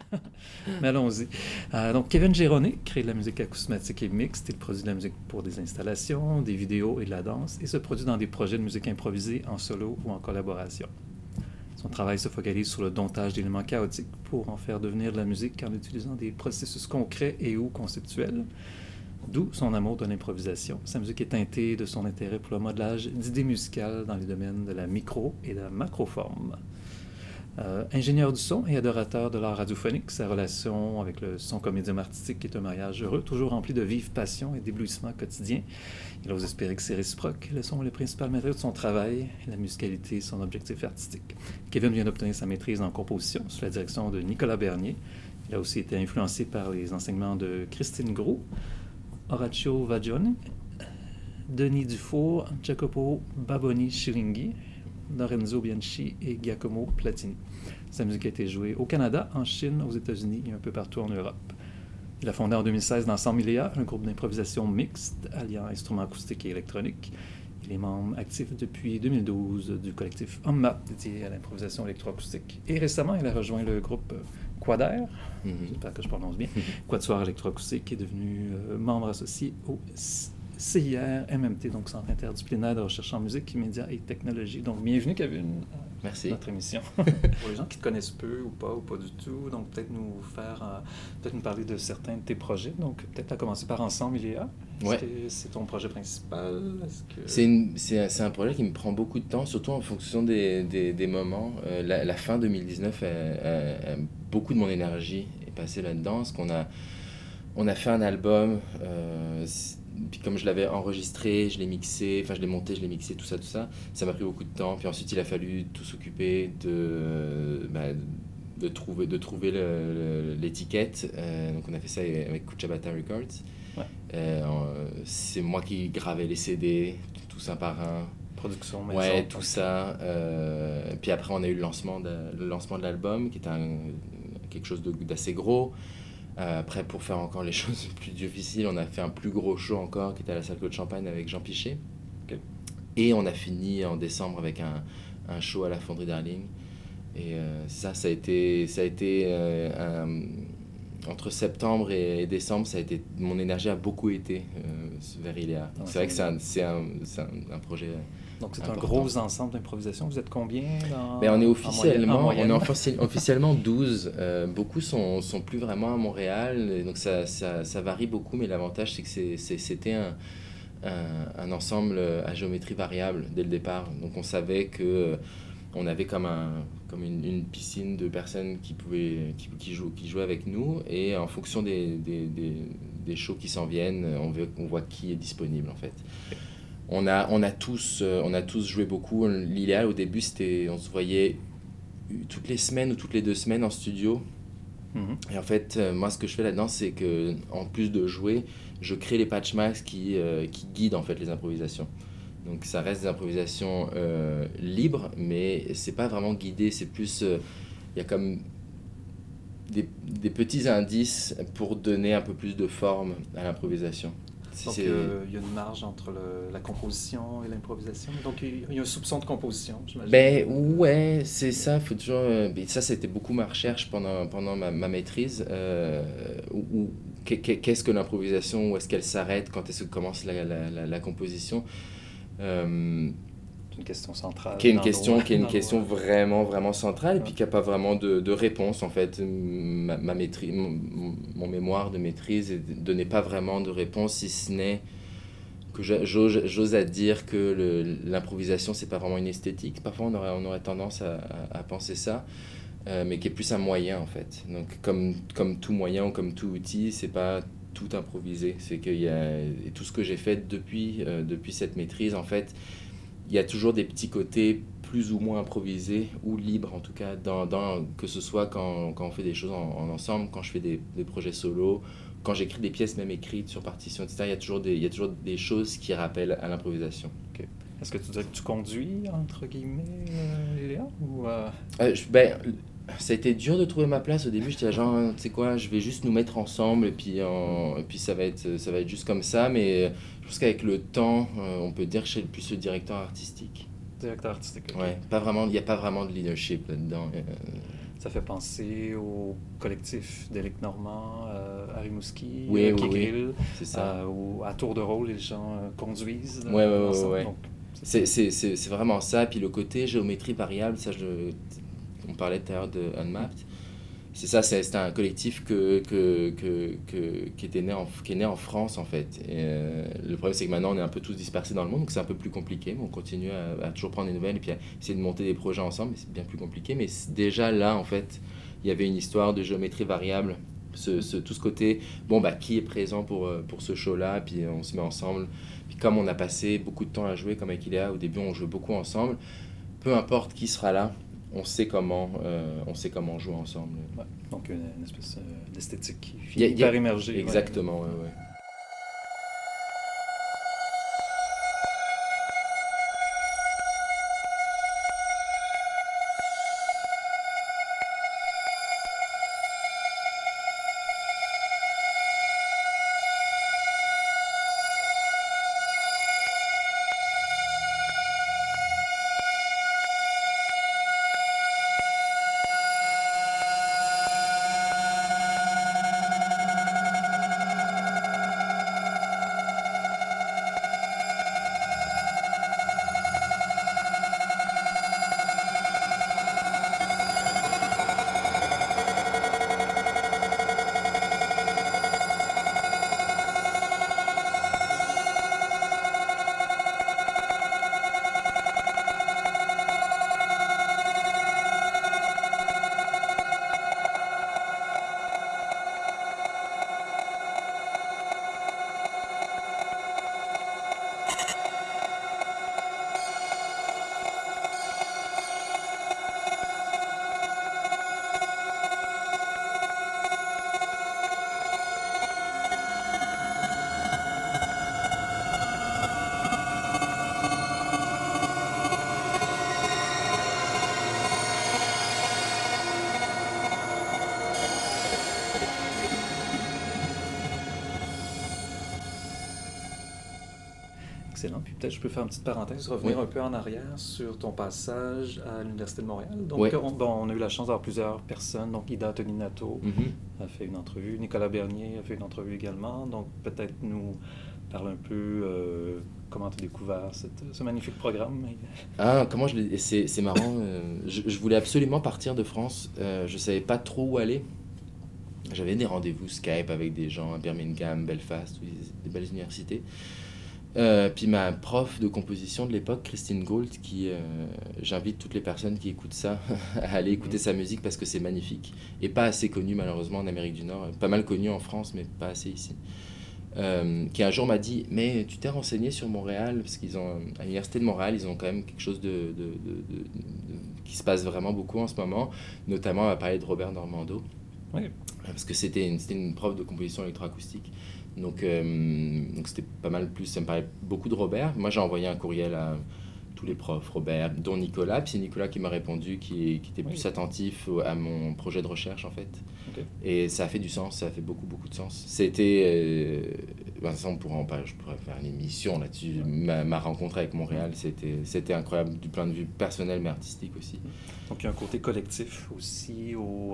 Mais allons-y. Donc, Kevin Géroné crée de la musique acousmatique et mixte. Il produit de la musique pour des installations, des vidéos et de la danse, et se produit dans des projets de musique improvisée en solo ou en collaboration. Son travail se focalise sur le domptage d'éléments chaotiques pour en faire devenir de la musique en utilisant des processus concrets et ou conceptuels, d'où son amour de l'improvisation. Sa musique est teintée de son intérêt pour le modelage d'idées musicales dans les domaines de la micro et de la macroforme. Ingénieur du son et adorateur de l'art radiophonique, sa relation avec le son comme médium artistique est un mariage heureux, toujours rempli de vive passion et d'éblouissement quotidien. Il ose espérer que c'est réciproque. Le son est le principal matériau de son travail, la musicalité son objectif artistique. Kevin vient d'obtenir sa maîtrise en composition sous la direction de Nicolas Bernier. Il a aussi été influencé par les enseignements de Christine Gros, Horacio Vagione, Denis Dufour, Jacopo Baboni-Schilinghi, Lorenzo Bianchi et Giacomo Platini. Sa musique a été jouée au Canada, en Chine, aux États-Unis et un peu partout en Europe. Il a fondé en 2016 l'Ensemble Iléa, un groupe d'improvisation mixte alliant instruments acoustiques et électroniques. Il est membre actif depuis 2012 du collectif Homma, dédié à l'improvisation électroacoustique. Et récemment, il a rejoint le groupe Quadair, j'espère que je prononce bien, Quatuor électroacoustique, qui est devenu membre associé au CIR MMT, donc Centre interdisciplinaire de recherche en musique, médias et technologie. Donc, bienvenue, Kevin, Merci. Notre émission. Pour les gens qui te connaissent peu ou pas du tout, donc peut-être peut-être nous parler de certains de tes projets. Donc, peut-être à commencer par Ensemble Iléa. Est-ce que c'est ton projet principal? C'est un projet qui me prend beaucoup de temps, surtout en fonction des moments. La fin 2019, beaucoup de mon énergie est passée là-dedans, parce on a fait un album, puis comme je l'avais enregistré, je l'ai mixé, enfin je l'ai monté, je l'ai mixé, tout ça m'a pris beaucoup de temps. Puis ensuite il a fallu tout s'occuper de trouver l'étiquette. Donc on a fait ça avec Kuchabata Records. Ouais. C'est moi qui gravais les CD, tous un par un. Production maison. Ouais, tout ça. Puis après on a eu le lancement de l'album, qui était quelque chose d'assez gros. Après, pour faire encore les choses plus difficiles, on a fait un plus gros show encore qui était à la salle Claude Champagne avec Jean Pichet. Okay. Et on a fini en décembre avec un show à la Fonderie Darling. Et ça a été entre septembre et décembre, mon énergie a beaucoup été vers Iléa. C'est vrai que c'est un projet. Donc c'est important. Un gros ensemble d'improvisation. Vous êtes combien on est officiellement 12. Beaucoup sont plus vraiment à Montréal, et donc ça varie beaucoup, mais l'avantage c'est que c'était un ensemble à géométrie variable dès le départ. Donc on savait que on avait comme une piscine de personnes qui jouaient avec nous, et en fonction des shows qui s'en viennent, on voit qui est disponible en fait. On a tous joué beaucoup. L'idéal au début, on se voyait toutes les semaines ou toutes les 2 semaines en studio. Et en fait, moi, ce que je fais là-dedans, c'est que en plus de jouer, je crée les patchmax qui guident en fait les improvisations. Donc ça reste des improvisations libres, mais c'est pas vraiment guidé. C'est plus, il y a comme des petits indices pour donner un peu plus de forme à l'improvisation. Donc, il y a une marge entre la composition et l'improvisation. Donc, il y a un soupçon de composition, j'imagine. Ouais, c'est ça. Faut toujours. Ça, c'était beaucoup ma recherche pendant ma maîtrise. Qu'est-ce que l'improvisation? Où est-ce qu'elle s'arrête? Quand est-ce que commence la composition? Une question centrale. Qui est une question vraiment, vraiment centrale, et puis qui n'a pas vraiment de réponse, en fait. Ma maîtrise, mon mémoire de maîtrise ne donnait pas vraiment de réponse, si ce n'est que j'ose à dire que l'improvisation, c'est pas vraiment une esthétique. Parfois, on aurait tendance à penser ça, mais qui est plus un moyen, en fait. Donc, comme tout moyen ou comme tout outil, c'est pas tout improvisé. C'est qu'il y a tout ce que j'ai fait depuis cette maîtrise, en fait. Il y a toujours des petits côtés plus ou moins improvisés, ou libres en tout cas, que ce soit quand on fait des choses en ensemble, quand je fais des projets solo, quand j'écris des pièces même écrites sur partition, etc. Il y a toujours des choses qui rappellent à l'improvisation. Okay. Est-ce que tu dirais que tu conduis, entre guillemets, Léa, ou ça a été dur de trouver ma place au début. J'étais là, genre, tu sais quoi, je vais juste nous mettre ensemble, et puis ça va être juste comme ça, mais je pense qu'avec le temps, on peut dire que je suis plus le directeur artistique. Directeur artistique, okay. Ouais, il n'y a pas vraiment de leadership là-dedans. Ça fait penser au collectif d'Éric Normand à Rimouski, Oui, qui oui, oui, grille, c'est ça. à tour de rôle, les gens conduisent Ouais, ouais, ouais, ouais, ensemble. ouais. Donc, c'est C'est vraiment ça. Puis le côté géométrie variable, on parlait tout à l'heure de Unmapped. C'est ça, c'est un collectif qui était qui est né en France en fait. Et, le problème c'est que maintenant on est un peu tous dispersés dans le monde, donc c'est un peu plus compliqué. Mais on continue à toujours prendre des nouvelles et puis à essayer de monter des projets ensemble, mais c'est bien plus compliqué. Mais déjà là en fait, il y avait une histoire de géométrie variable. Tout ce côté, bon bah qui est présent pour ce show-là, puis on se met ensemble. Puis comme on a passé beaucoup de temps à jouer, comme avec Iléa, au début on jouait beaucoup ensemble, peu importe qui sera là, on sait comment jouer ensemble. ouais. Donc une espèce d'esthétique qui Il y a- finit il y a- par émerger. Exactement, ouais, ouais. Excellent. Puis peut-être je peux faire une petite parenthèse, Oui, revenir un peu en arrière sur ton passage à l'Université de Montréal. Donc, oui. on a eu la chance d'avoir plusieurs personnes. Donc, Ida Toninato Mhm. a fait une entrevue, Nicolas Bernier a fait une entrevue également. Donc, peut-être nous parler un peu comment tu as découvert ce magnifique programme. Ah, c'est marrant. Je voulais absolument partir de France. Je savais pas trop où aller. J'avais des rendez-vous Skype avec des gens à Birmingham, Belfast, des belles universités. Puis ma prof de composition de l'époque, Christine Gould, j'invite toutes les personnes qui écoutent ça à aller écouter sa musique parce que c'est magnifique. Et pas assez connu malheureusement en Amérique du Nord. Pas mal connu en France, mais pas assez ici. Qui un jour m'a dit, mais tu t'es renseigné sur Montréal, parce à l'université de Montréal, ils ont quand même quelque chose qui se passe vraiment beaucoup en ce moment, notamment à parler de Robert Normando, Oui. parce que c'était une prof de composition électroacoustique. Donc c'était pas mal plus, ça me parlait beaucoup de Robert. Moi j'ai envoyé un courriel à tous les profs, Robert, dont Nicolas, puis c'est Nicolas qui m'a répondu, qui était plus attentif à mon projet de recherche en fait. Okay. Et ça a fait du sens, ça a fait beaucoup, beaucoup de sens. C'était, ça on pourrait en parler, je pourrais faire une émission là-dessus. Ma rencontre avec Montréal, c'était incroyable du point de vue personnel mais artistique aussi. Donc il y a un côté collectif aussi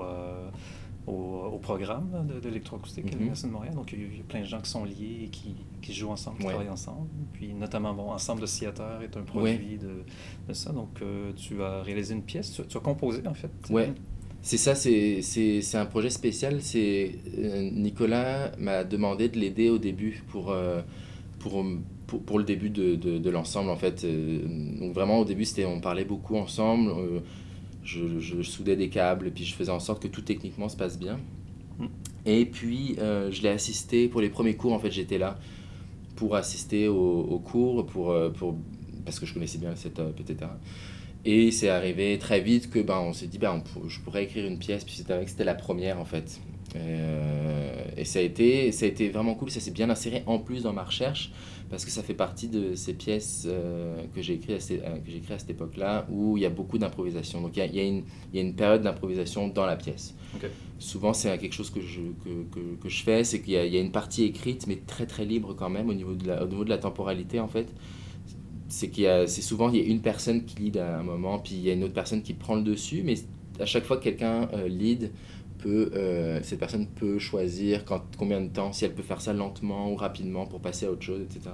au programme de l'électroacoustique à l'Université de Montréal. Donc, il y a plein de gens qui sont liés et qui jouent ensemble, qui travaillent ensemble. Puis, notamment, Ensemble de Theater est un produit de ça. Donc, tu as réalisé une pièce, tu as composé, en fait. Ouais, c'est ça, c'est un projet spécial. Nicolas m'a demandé de l'aider au début pour le début de l'ensemble, en fait. Donc, vraiment, au début, on parlait beaucoup ensemble. Je soudais des câbles, puis je faisais en sorte que tout techniquement se passe bien. Et puis, je l'ai assisté pour les premiers cours, en fait, j'étais là pour assister aux cours, parce que je connaissais bien le setup, etc. Et c'est arrivé très vite que on s'est dit, je pourrais écrire une pièce, puis c'était la première, en fait. Et ça a été vraiment cool, ça s'est bien inséré en plus dans ma recherche, parce que ça fait partie de ces pièces que j'ai écrites à cette époque-là, où il y a beaucoup d'improvisation. Donc il y a une période d'improvisation dans la pièce. Okay. Souvent c'est quelque chose que je fais, c'est qu'il y a une partie écrite, mais très très libre quand même au niveau de la temporalité en fait. C'est souvent il y a une personne qui lit à un moment, puis il y a une autre personne qui prend le dessus, mais à chaque fois que quelqu'un lead, cette personne peut choisir combien de temps, si elle peut faire ça lentement ou rapidement pour passer à autre chose, etc.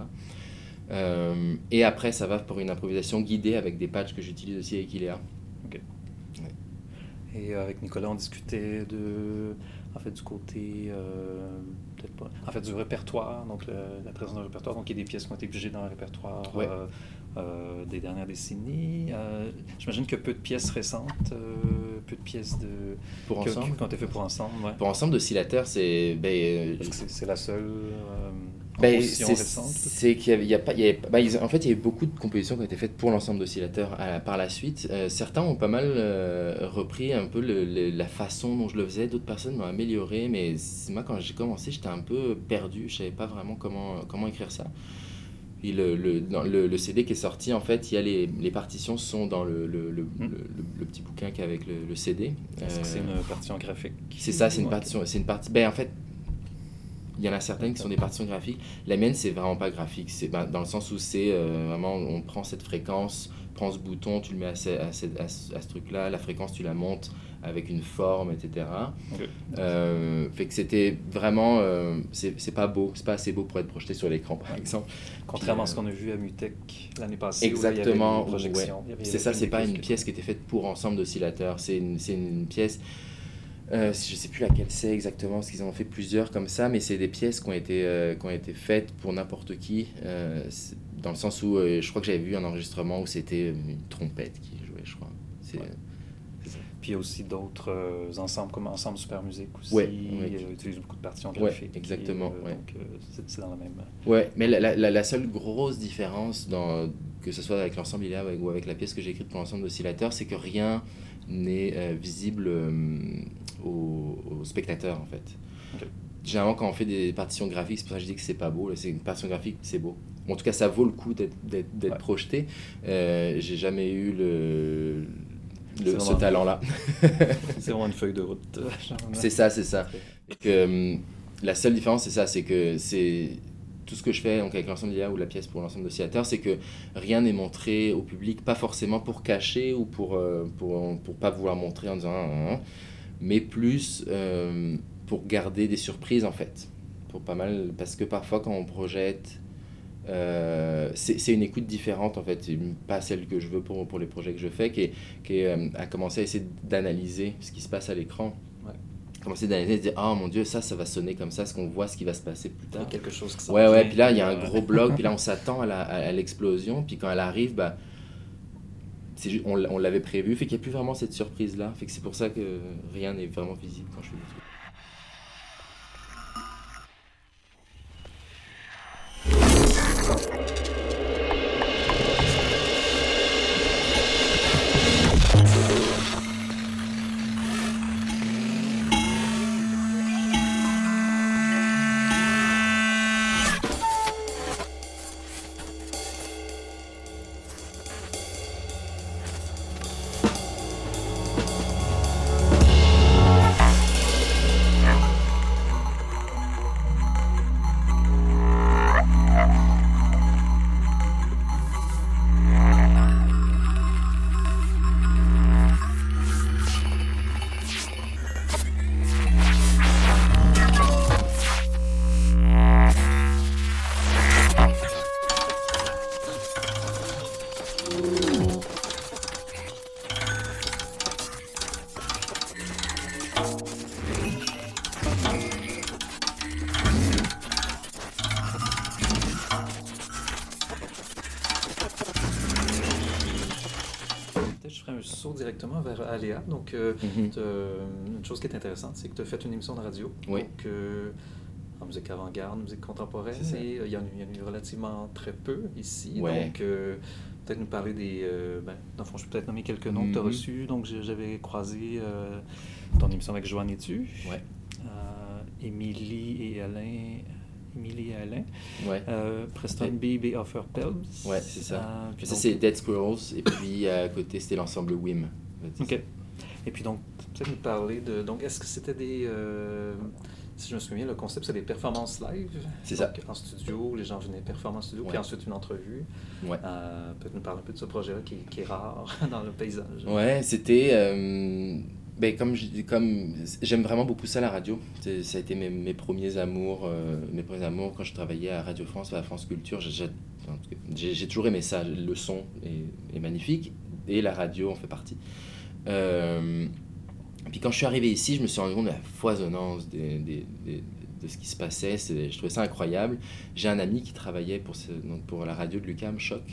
Et après, ça va pour une improvisation guidée avec des patchs que j'utilise aussi avec Ilea. OK. Ouais. Et avec Nicolas, on discutait du côté, peut-être pas, du répertoire, donc la présence d'un répertoire, donc il y a des pièces qui ont été pigées dans le répertoire des dernières décennies. J'imagine qu'il y a peu de pièces récentes, peu de pièces pour ensemble qui ont été faites pour ensemble. Ouais. Pour ensemble d'oscillateurs, c'est... Parce que c'est la seule composition récente. C'est qu'il y a en fait, il y a eu beaucoup de compositions qui ont été faites pour l'ensemble d'oscillateurs par la suite. Certains ont pas mal repris un peu la façon dont je le faisais. D'autres personnes m'ont amélioré, mais moi, quand j'ai commencé, j'étais un peu perdu. Je savais pas vraiment comment écrire ça. Puis dans le CD qui est sorti, en fait, il y a les partitions sont dans le petit bouquin qui est avec le CD. Est-ce que c'est une partition graphique? C'est ça, c'est une partition. C'est une partie. En fait, il y en a certaines qui sont des partitions graphiques. La mienne, c'est vraiment pas graphique. C'est dans le sens où c'est vraiment, on prend cette fréquence, prend ce bouton, tu le mets à ce truc-là, la fréquence, tu la montes avec une forme, etc. Okay. Fait que c'était vraiment... c'est pas beau, c'est pas assez beau pour être projeté sur l'écran, par exemple. Contrairement à ce qu'on a vu à Mutech l'année passée, exactement, où il y avait des projections. Ouais. C'est ça, c'est pas une pièce qui était faite pour ensemble d'oscillateurs. C'est une pièce... je sais plus laquelle c'est exactement, parce qu'ils en ont fait plusieurs comme ça, mais c'est des pièces qui ont été faites pour n'importe qui, dans le sens où je crois que j'avais vu un enregistrement où c'était une trompette qui jouait, je crois. C'est ça. Puis il y a aussi d'autres ensembles, comme Ensemble Super Musique aussi, utilisent beaucoup de partitions graphiques. Ouais, exactement. Donc c'est dans la même... Ouais, mais la seule grosse différence, que ce soit avec l'ensemble Ilea ou avec la pièce que j'ai écrite pour l'ensemble d'oscillateurs, c'est que rien n'est visible aux spectateurs, en fait. Okay. Généralement, quand on fait des partitions graphiques, c'est pour ça que je dis que c'est pas beau. Là, c'est une partition graphique, c'est beau. En tout cas, ça vaut le coup d'être projeté. J'ai jamais eu ce talent-là. C'est vraiment une feuille de route. C'est ça. Et que, la seule différence, c'est ça, c'est que tout ce que je fais donc avec l'ensemble d'Ilea ou la pièce pour l'ensemble d'oscillateurs, c'est que rien n'est montré au public, pas forcément pour cacher ou pour pas vouloir montrer en disant mais plus pour garder des surprises, en fait. Pour pas mal, parce que parfois quand on projette, c'est une écoute différente, en fait, pas celle que je veux pour les projets que je fais, qui est à commencer à essayer d'analyser ce qui se passe à l'écran. Commencer d'analyser et de dire oh mon Dieu, ça va sonner comme ça, est-ce qu'on voit ce qui va se passer plus tard. Il y a quelque chose qui s'en vient. Puis là il y a un gros bloc, puis là on s'attend à l'explosion, puis quand elle arrive, on l'avait prévu, fait qu'il n'y a plus vraiment cette surprise là, fait que c'est pour ça que rien n'est vraiment visible quand je fais des trucs. Directement vers Aléa. Donc, une chose qui est intéressante, c'est que tu as fait une émission de radio. Oui. Donc, en musique avant-garde, musique contemporaine, mais il y en a eu relativement très peu ici. Ouais. Donc, peut-être nous parler des... dans le fond, je peux peut-être nommer quelques noms que tu as reçus. Donc, j'avais croisé ton émission avec Joanne Etu, Émilie et Alain, Preston Beebe et Offer Pelbs. Ouais, c'est ça. Ça, c'est Dead Squirrels, et puis à côté, c'était l'ensemble WIM. OK. Et puis donc, peut-être nous parler de... Donc, est-ce que c'était des... si je me souviens, le concept, c'est des performances live. C'est donc, ça. En studio, les gens venaient performer en studio, puis ensuite une entrevue. Ouais. Peut-être nous parler un peu de ce projet-là qui est rare dans le paysage. Ouais, c'était... comme j'aime vraiment beaucoup ça, la radio. Ça a été mes premiers amours quand je travaillais à Radio France, à France Culture. J'ai toujours aimé ça. Le son est magnifique et la radio en fait partie. Puis quand je suis arrivé ici, je me suis rendu compte de la foisonnance de ce qui se passait. Je trouvais ça incroyable. J'ai un ami qui travaillait pour la radio de l'UQAM, Choc.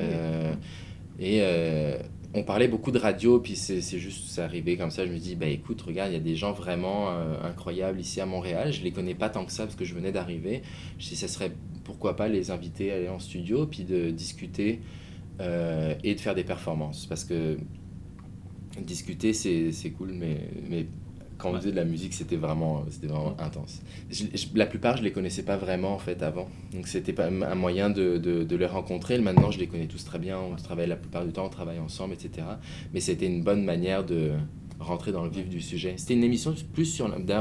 On parlait beaucoup de radio, puis c'est arrivé comme ça. Je me dis, écoute, regarde, il y a des gens vraiment incroyables ici à Montréal. Je les connais pas tant que ça parce que je venais d'arriver. Je dis, ça serait pourquoi pas les inviter à aller en studio, puis de discuter et de faire des performances. Parce que discuter, c'est cool, mais quand on faisait de la musique, c'était vraiment intense. La plupart, je les connaissais pas vraiment en fait avant, donc c'était pas un moyen de les rencontrer. Maintenant, je les connais tous très bien. On travaille la plupart du temps, on travaille ensemble, etc. Mais c'était une bonne manière de rentrer dans le vif du sujet. C'était une émission plus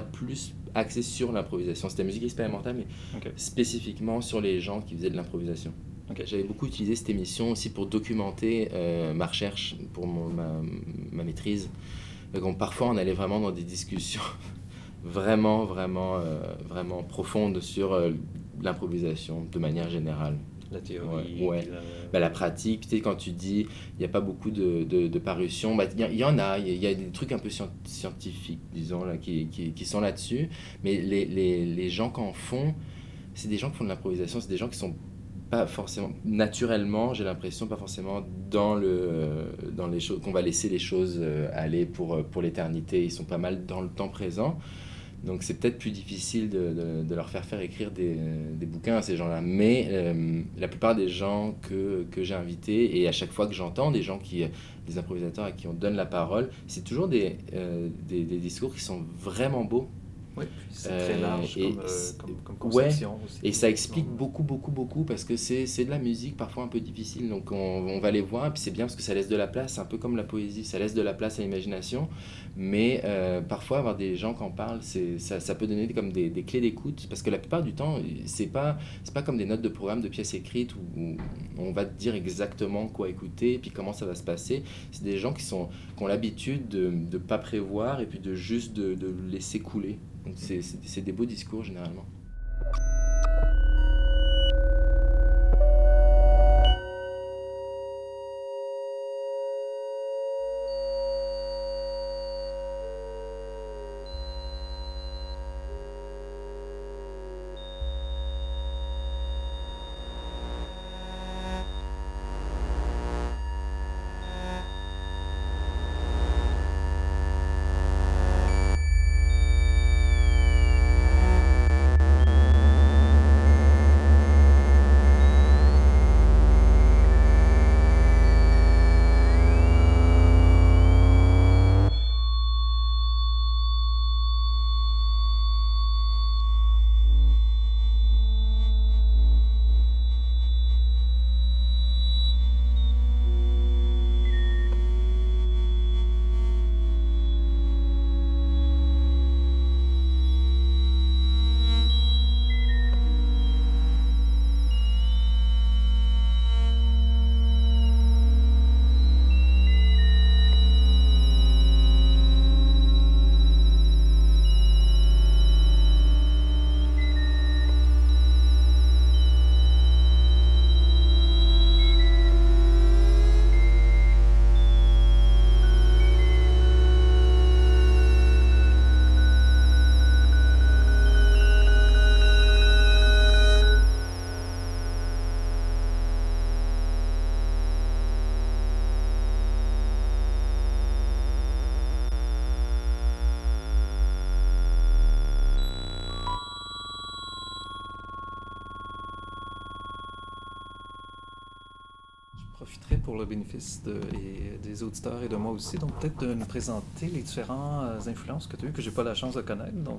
axée sur l'improvisation. C'était musique expérimentale, mais spécifiquement sur les gens qui faisaient de l'improvisation. J'avais beaucoup utilisé cette émission aussi pour documenter ma recherche pour ma maîtrise. Donc, parfois, on allait vraiment dans des discussions vraiment profondes sur l'improvisation de manière générale. La théorie. Ouais. La pratique, tu sais, quand tu dis il n'y a pas beaucoup de parutions, il y en a, il y a des trucs un peu scientifiques, disons, là, qui sont là-dessus. Mais les gens qui en font, c'est des gens qui font de l'improvisation, c'est des gens qui sont pas forcément naturellement, j'ai l'impression, pas forcément dans les choses, qu'on va laisser les choses aller pour l'éternité. Ils sont pas mal dans le temps présent, donc c'est peut-être plus difficile de leur faire écrire des bouquins à ces gens-là. Mais la plupart des gens que j'ai invités, et à chaque fois que j'entends des improvisateurs à qui on donne la parole, c'est toujours des discours qui sont vraiment beaux. Oui, puis c'est très large comme conception aussi. Et ça explique beaucoup parce que c'est de la musique parfois un peu difficile, donc on va les voir, et puis c'est bien parce que ça laisse de la place, un peu comme la poésie, ça laisse de la place à l'imagination, mais parfois avoir des gens qui en parlent, ça peut donner comme des clés d'écoute, parce que la plupart du temps, c'est pas comme des notes de programme de pièces écrites où on va te dire exactement quoi écouter, et puis comment ça va se passer. C'est des gens qui ont l'habitude de pas prévoir, et puis de juste de laisser couler. Donc c'est des beaux discours généralement. Profiterai pour le bénéfice des auditeurs et de moi aussi, donc peut-être de nous présenter les différentes influences que tu as eues, que j'ai pas la chance de connaître, donc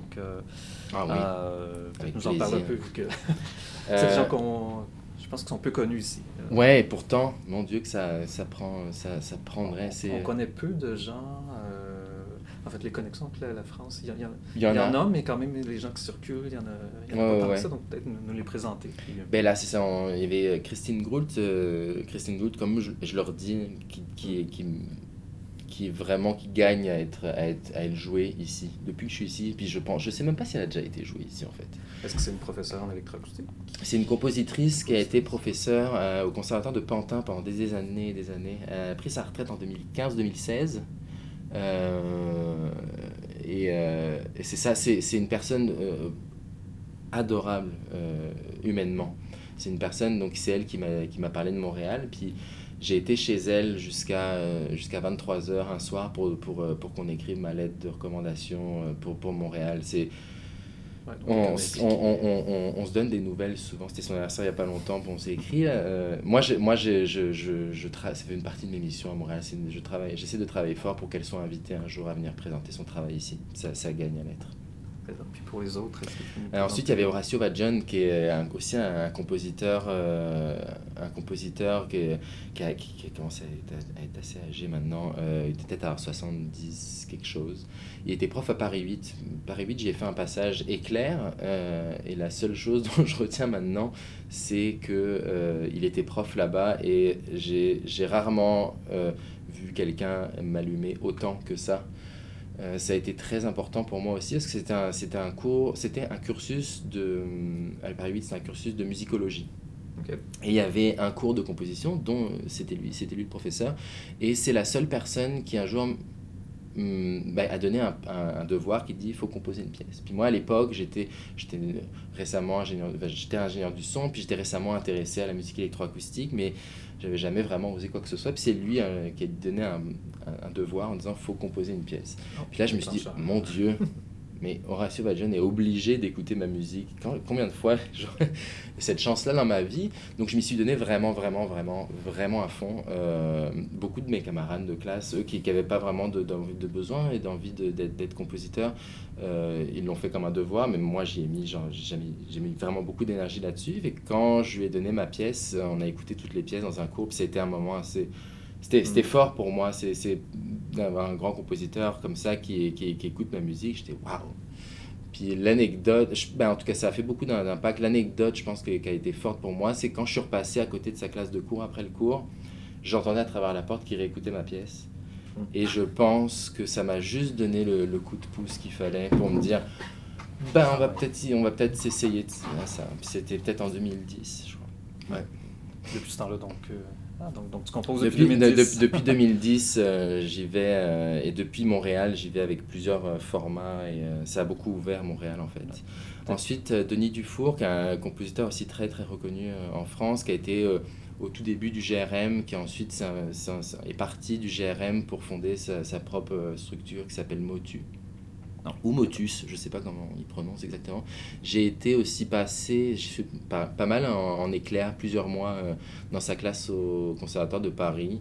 peut-être nous en parler un peu, vu que c'est des gens je pense qu'ils sont peu connus ici. Ouais, et pourtant, mon Dieu que ça prendrait. On connaît peu de gens En fait, les connexions avec la France, Il y en a. mais quand même, les gens qui circulent, il y en a pas tant que ça, donc peut-être nous les présenter. Puis, Ben là, c'est ça, il y avait Christine Goult, comme je leur dis, qui vraiment qui gagne à être jouée ici, depuis que je suis ici. Puis je sais même pas si elle a déjà été jouée ici, en fait. Est-ce que c'est une professeure en électroacoustique? C'est une compositrice qui a été professeure au Conservatoire de Pantin pendant des années et des années. Elle a pris sa retraite en 2015-2016. Et c'est ça, c'est une personne adorable humainement. C'est une personne, donc c'est elle qui m'a parlé de Montréal. Puis j'ai été chez elle jusqu'à 23h un soir pour qu'on écrive ma lettre de recommandation pour Montréal. Ouais, On se donne des nouvelles souvent. C'était son anniversaire il n'y a pas longtemps, puis on s'est écrit. Ça fait une partie de mes missions à Montréal. J'essaie de travailler fort pour qu'elle soit invitée un jour à venir présenter son travail ici. Ça gagne à l'être. Puis pour les autres, est-ce que tu peux nous Ensuite, il y avait Horacio Vaggione, qui est aussi un compositeur, qui commence à être assez âgé maintenant. Il était peut-être à 70 quelque chose. Il était prof à Paris 8. Paris 8, j'y ai fait un passage éclair. Et la seule chose dont je retiens maintenant, c'est qu'il était prof là-bas. Et j'ai rarement vu quelqu'un m'allumer autant que ça. Ça a été très important pour moi aussi parce que c'était un cursus à Paris 8, c'est un cursus de musicologie. Okay. Et il y avait un cours de composition dont c'était lui le professeur, et c'est la seule personne qui un jour a donné un devoir qui dit il faut composer une pièce. Puis moi à l'époque j'étais récemment ingénieur du son, puis j'étais récemment intéressé à la musique électroacoustique, mais j'avais jamais vraiment osé quoi que ce soit. Puis c'est lui qui a donné un devoir en disant faut composer une pièce. Puis là je me suis dit mon Dieu, mais Horacio Vaggione est obligé d'écouter ma musique. Combien de fois j'aurais cette chance-là dans ma vie? Donc je m'y suis donné vraiment à fond. Beaucoup de mes camarades de classe, eux qui n'avaient pas vraiment de besoin et d'envie d'être compositeur, ils l'ont fait comme un devoir, mais moi j'ai mis vraiment beaucoup d'énergie là-dessus. Et quand je lui ai donné ma pièce, on a écouté toutes les pièces dans un cours, puis c'était un moment assez... C'était fort pour moi, c'est d'avoir un grand compositeur comme ça qui écoute ma musique. J'étais waouh. Puis l'anecdote, en tout cas ça a fait beaucoup d'impact. L'anecdote, je pense, qui a été forte pour moi, c'est quand je suis repassé à côté de sa classe de cours après le cours, j'entendais à travers la porte qu'il réécoutait ma pièce. Et je pense que ça m'a juste donné le coup de pouce qu'il fallait pour me dire on va peut-être s'essayer de ça. Puis c'était peut-être en 2010, je crois. Ouais. Depuis ce temps-là, donc tu composes depuis 2010. Depuis 2010, j'y vais, et depuis Montréal, j'y vais avec plusieurs formats, et ça a beaucoup ouvert Montréal en fait. Ouais. Ensuite, Denis Dufour, qui est un compositeur aussi très très reconnu en France, qui a été au tout début du GRM, qui ensuite est parti du GRM pour fonder sa propre structure qui s'appelle Motu. Ou Motus, je ne sais pas comment il prononce exactement. J'ai été aussi j'ai fait pas mal en éclair, plusieurs mois dans sa classe au Conservatoire de Paris.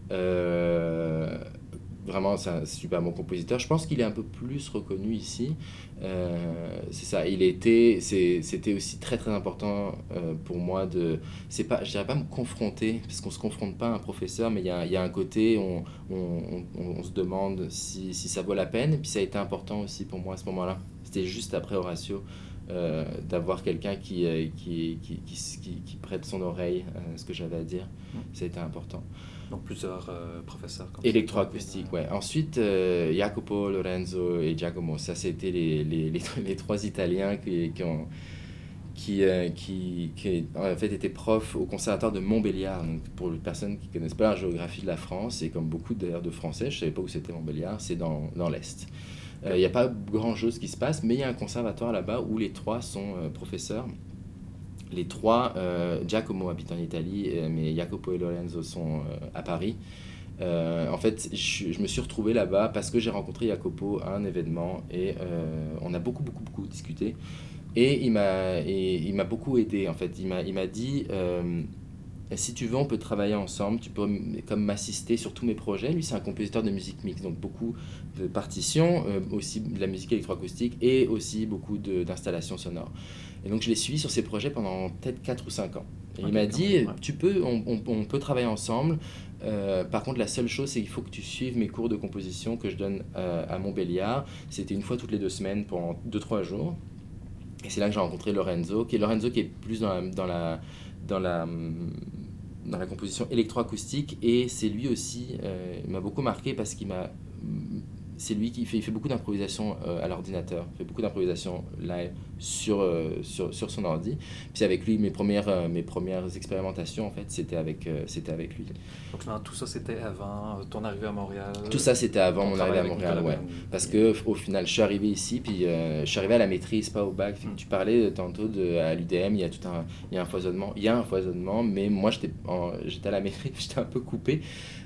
Vraiment, c'est un super bon compositeur. Je pense qu'il est un peu plus reconnu ici. C'est ça. C'était aussi très très important pour moi je dirais pas me confronter, parce qu'on se confronte pas à un professeur, mais il y a un côté on se demande si ça vaut la peine. Et puis ça a été important aussi pour moi à ce moment-là. C'était juste après Horacio. D'avoir quelqu'un qui prête son oreille à ce que j'avais à dire. Ça a été important. Donc plusieurs professeurs. Électroacoustique, ouais. Ensuite, Jacopo, Lorenzo et Giacomo. Ça, c'était les trois Italiens qui en fait étaient profs au conservatoire de Montbéliard. Donc, pour les personnes qui ne connaissent pas la géographie de la France, et comme beaucoup d'ailleurs de Français, je ne savais pas où c'était Montbéliard, c'est dans l'Est. Il n'y a pas grand-chose qui se passe, mais il y a un conservatoire là-bas où les trois sont professeurs. Les trois, Giacomo habite en Italie, mais Jacopo et Lorenzo sont à Paris. En fait, je me suis retrouvé là-bas parce que j'ai rencontré Jacopo à un événement, et on a beaucoup discuté. Et il m'a beaucoup aidé, en fait. Il m'a dit... si tu veux, on peut travailler ensemble, tu peux comme m'assister sur tous mes projets. Lui, c'est un compositeur de musique mixte, donc beaucoup de partitions, aussi de la musique électroacoustique, et aussi beaucoup d'installations sonores. Et donc je l'ai suivi sur ses projets pendant peut-être 4 ou 5 ans. Et il m'a dit, on peut travailler ensemble, Par contre, la seule chose, c'est qu'il faut que tu suives mes cours de composition que je donne à Montbéliard. C'était une fois toutes les 2 semaines pendant 2-3 jours. Et c'est là que j'ai rencontré Lorenzo, qui est plus dans la composition électroacoustique. Et c'est lui aussi, il m'a beaucoup marqué parce c'est lui qui fait beaucoup d'improvisation à l'ordinateur, fait beaucoup d'improvisation live sur son ordi. Puis avec lui, mes premières expérimentations, en fait, c'était avec lui. Donc là, tout ça, c'était avant ton arrivée à Montréal? Tout ça, c'était avant mon arrivée à Montréal, ouais. Parce que au final, je suis arrivé ici, puis je suis arrivé à la maîtrise, pas au bac. Tu parlais tantôt à l'UDM, il y a un foisonnement. Il y a un foisonnement, mais moi, j'étais à la maîtrise, j'étais un peu coupé.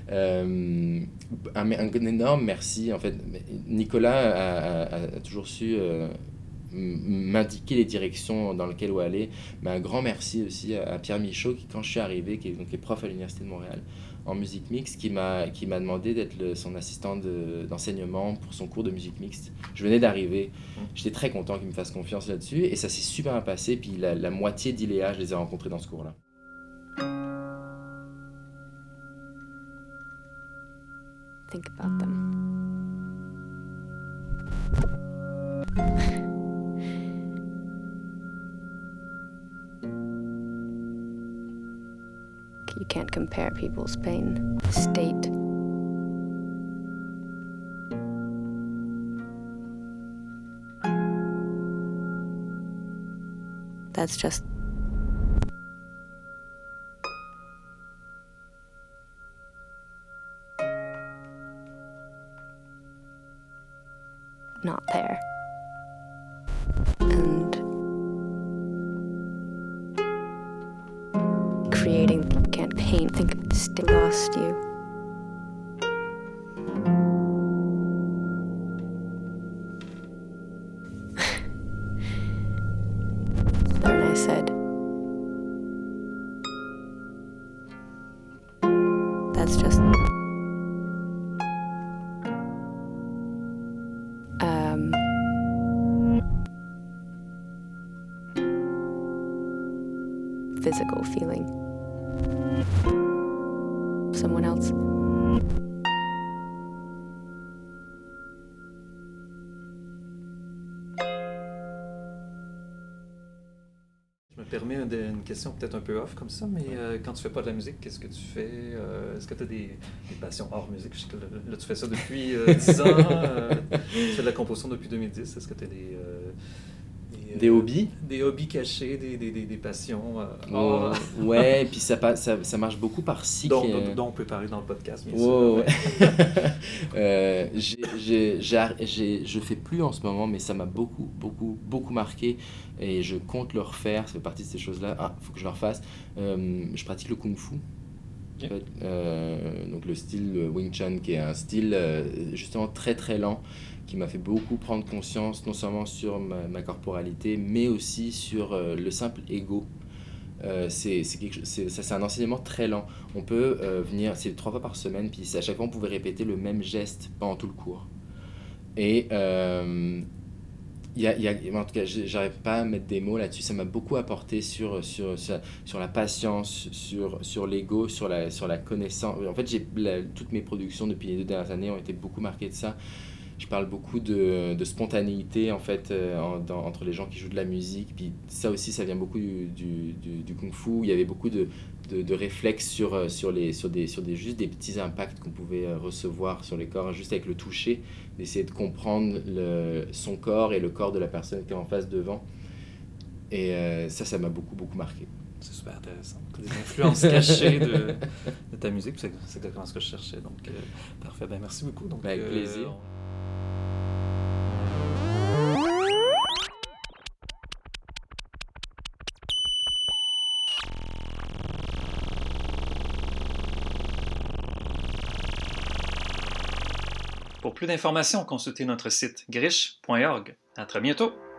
Un énorme merci, en fait. Nicolas a toujours su m'indiquer les directions dans lesquelles aller, mais un grand merci aussi à Pierre Michaud, qui, quand je suis arrivé, qui est prof à l'Université de Montréal en musique mixte, qui m'a demandé d'être son assistant d'enseignement pour son cours de musique mixte. Je venais d'arriver, j'étais très content qu'il me fasse confiance là-dessus, et ça s'est super bien passé. Puis la moitié d'ILEA, je les ai rencontrés dans ce cours-là. Think about them. You can't compare people's pain state. That's just not there. And creating can't paint, think still lost you. And I said, that's just physical feeling. Someone else. Je me permets une question peut-être un peu off comme ça, mais quand tu fais pas de la musique, qu'est-ce que tu fais? Est-ce que tu as des passions hors musique? Je sais que là, tu fais ça depuis 10 ans. Tu fais de la composition depuis 2010. Est-ce que tu as des hobbies? Des hobbies cachés, des passions. Ouais, et puis ça marche beaucoup par cycle. Dont on peut parler dans le podcast, bien sûr. Ouais. Je fais plus en ce moment, mais ça m'a beaucoup marqué et je compte le refaire. Ça fait partie de ces choses-là. Faut que je le refasse. Je pratique le Kung Fu. En fait, donc le style Wing Chun, qui est un style justement très très lent, qui m'a fait beaucoup prendre conscience non seulement sur ma corporalité, mais aussi sur le simple ego. C'est un enseignement très lent. On peut venir, c'est 3 fois par semaine, puis à chaque fois on pouvait répéter le même geste pendant tout le cours. Et en tout cas, j'arrive pas à mettre des mots là-dessus. Ça m'a beaucoup apporté sur la patience, sur l'ego, sur la connaissance. En fait, toutes mes productions depuis les 2 dernières années ont été beaucoup marquées de ça. Je parle beaucoup de spontanéité, en fait, entre les gens qui jouent de la musique. Puis ça aussi, ça vient beaucoup du kung-fu. Il y avait beaucoup de réflexes sur juste des petits impacts qu'on pouvait recevoir sur les corps, juste avec le toucher, d'essayer de comprendre son corps et le corps de la personne qui est en face devant. Et ça m'a beaucoup marqué. C'est super intéressant. Des influences cachées de ta musique, c'est exactement ce que je cherchais. Donc, parfait. Ben, merci beaucoup. Donc, avec plaisir. Pour plus d'informations, consultez notre site griche.org. À très bientôt!